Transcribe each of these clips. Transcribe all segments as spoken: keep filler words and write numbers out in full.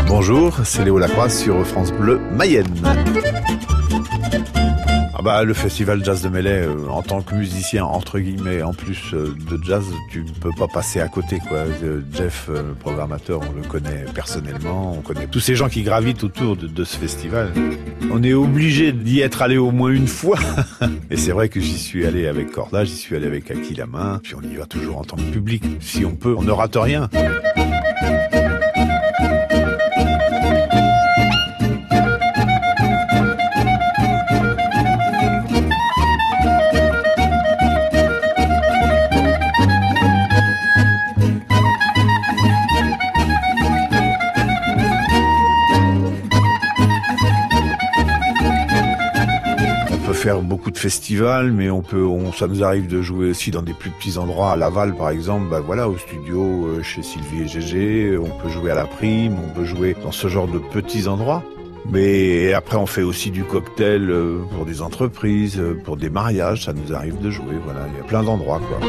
Bonjour, c'est Léo Lacroix sur France Bleu Mayenne. Ah bah, le festival Jazz de Melay, euh, en tant que musicien, entre guillemets, en plus euh, de jazz, tu ne peux pas passer à côté, quoi. Euh, Jeff, euh, le programmateur, on le connaît personnellement, on connaît tous ces gens qui gravitent autour de, de ce festival. On est obligé d'y être allé au moins une fois. Et c'est vrai que j'y suis allé avec Corda, j'y suis allé avec Aki la main, puis on y va toujours en tant que public. Si on peut, on ne rate rien. Faire beaucoup de festivals, mais on peut, on, ça nous arrive de jouer aussi dans des plus petits endroits, à Laval par exemple, bah voilà, au studio, euh, chez Sylvie et Gégé, on peut jouer à la Prime, on peut jouer dans ce genre de petits endroits. Mais après on fait aussi du cocktail euh, pour des entreprises, euh, pour des mariages, ça nous arrive de jouer, voilà, il y a plein d'endroits quoi.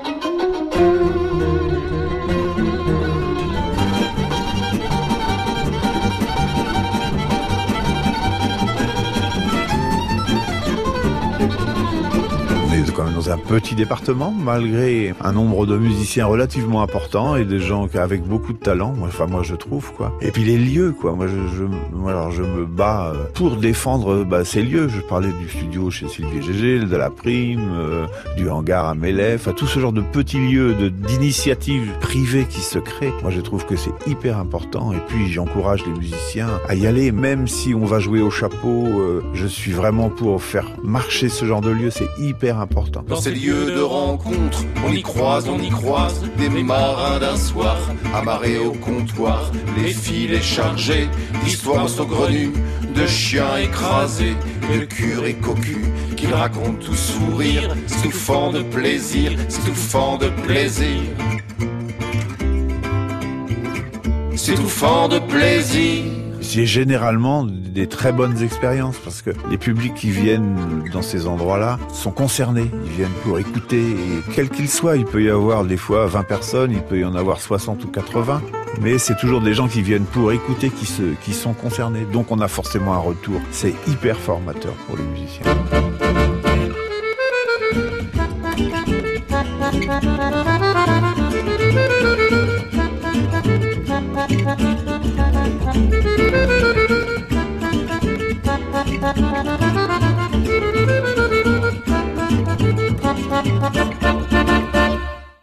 Quand même dans un petit département, malgré un nombre de musiciens relativement important et des gens avec beaucoup de talent. Enfin, moi, je trouve, quoi. Et puis les lieux, quoi. Moi, je, je, moi, alors, je me bats pour défendre bah, ces lieux. Je parlais du studio chez Sylvie et Gégé, de la Prime, euh, du hangar à Melay, enfin, tout ce genre de petits lieux, de, d'initiatives privées qui se créent. Moi, je trouve que c'est hyper important. Et puis, j'encourage les musiciens à y aller, même si on va jouer au chapeau. Euh, je suis vraiment pour faire marcher ce genre de lieu. C'est hyper important. Dans ces lieux de rencontre, on y croise, on y croise des marins d'un soir, amarrés au comptoir, les filets chargés d'histoires saugrenues, de chiens écrasés, de curés cocus, qu'ils racontent tout sourire, stouffant de plaisir, stouffant de plaisir. S'étouffant de plaisir. C'est généralement des très bonnes expériences parce que les publics qui viennent dans ces endroits-là sont concernés. Ils viennent pour écouter et quel qu'il soit, il peut y avoir des fois vingt personnes, il peut y en avoir soixante ou quatre-vingts. Mais c'est toujours des gens qui viennent pour écouter, qui, se, qui sont concernés. Donc on a forcément un retour. C'est hyper formateur pour les musiciens.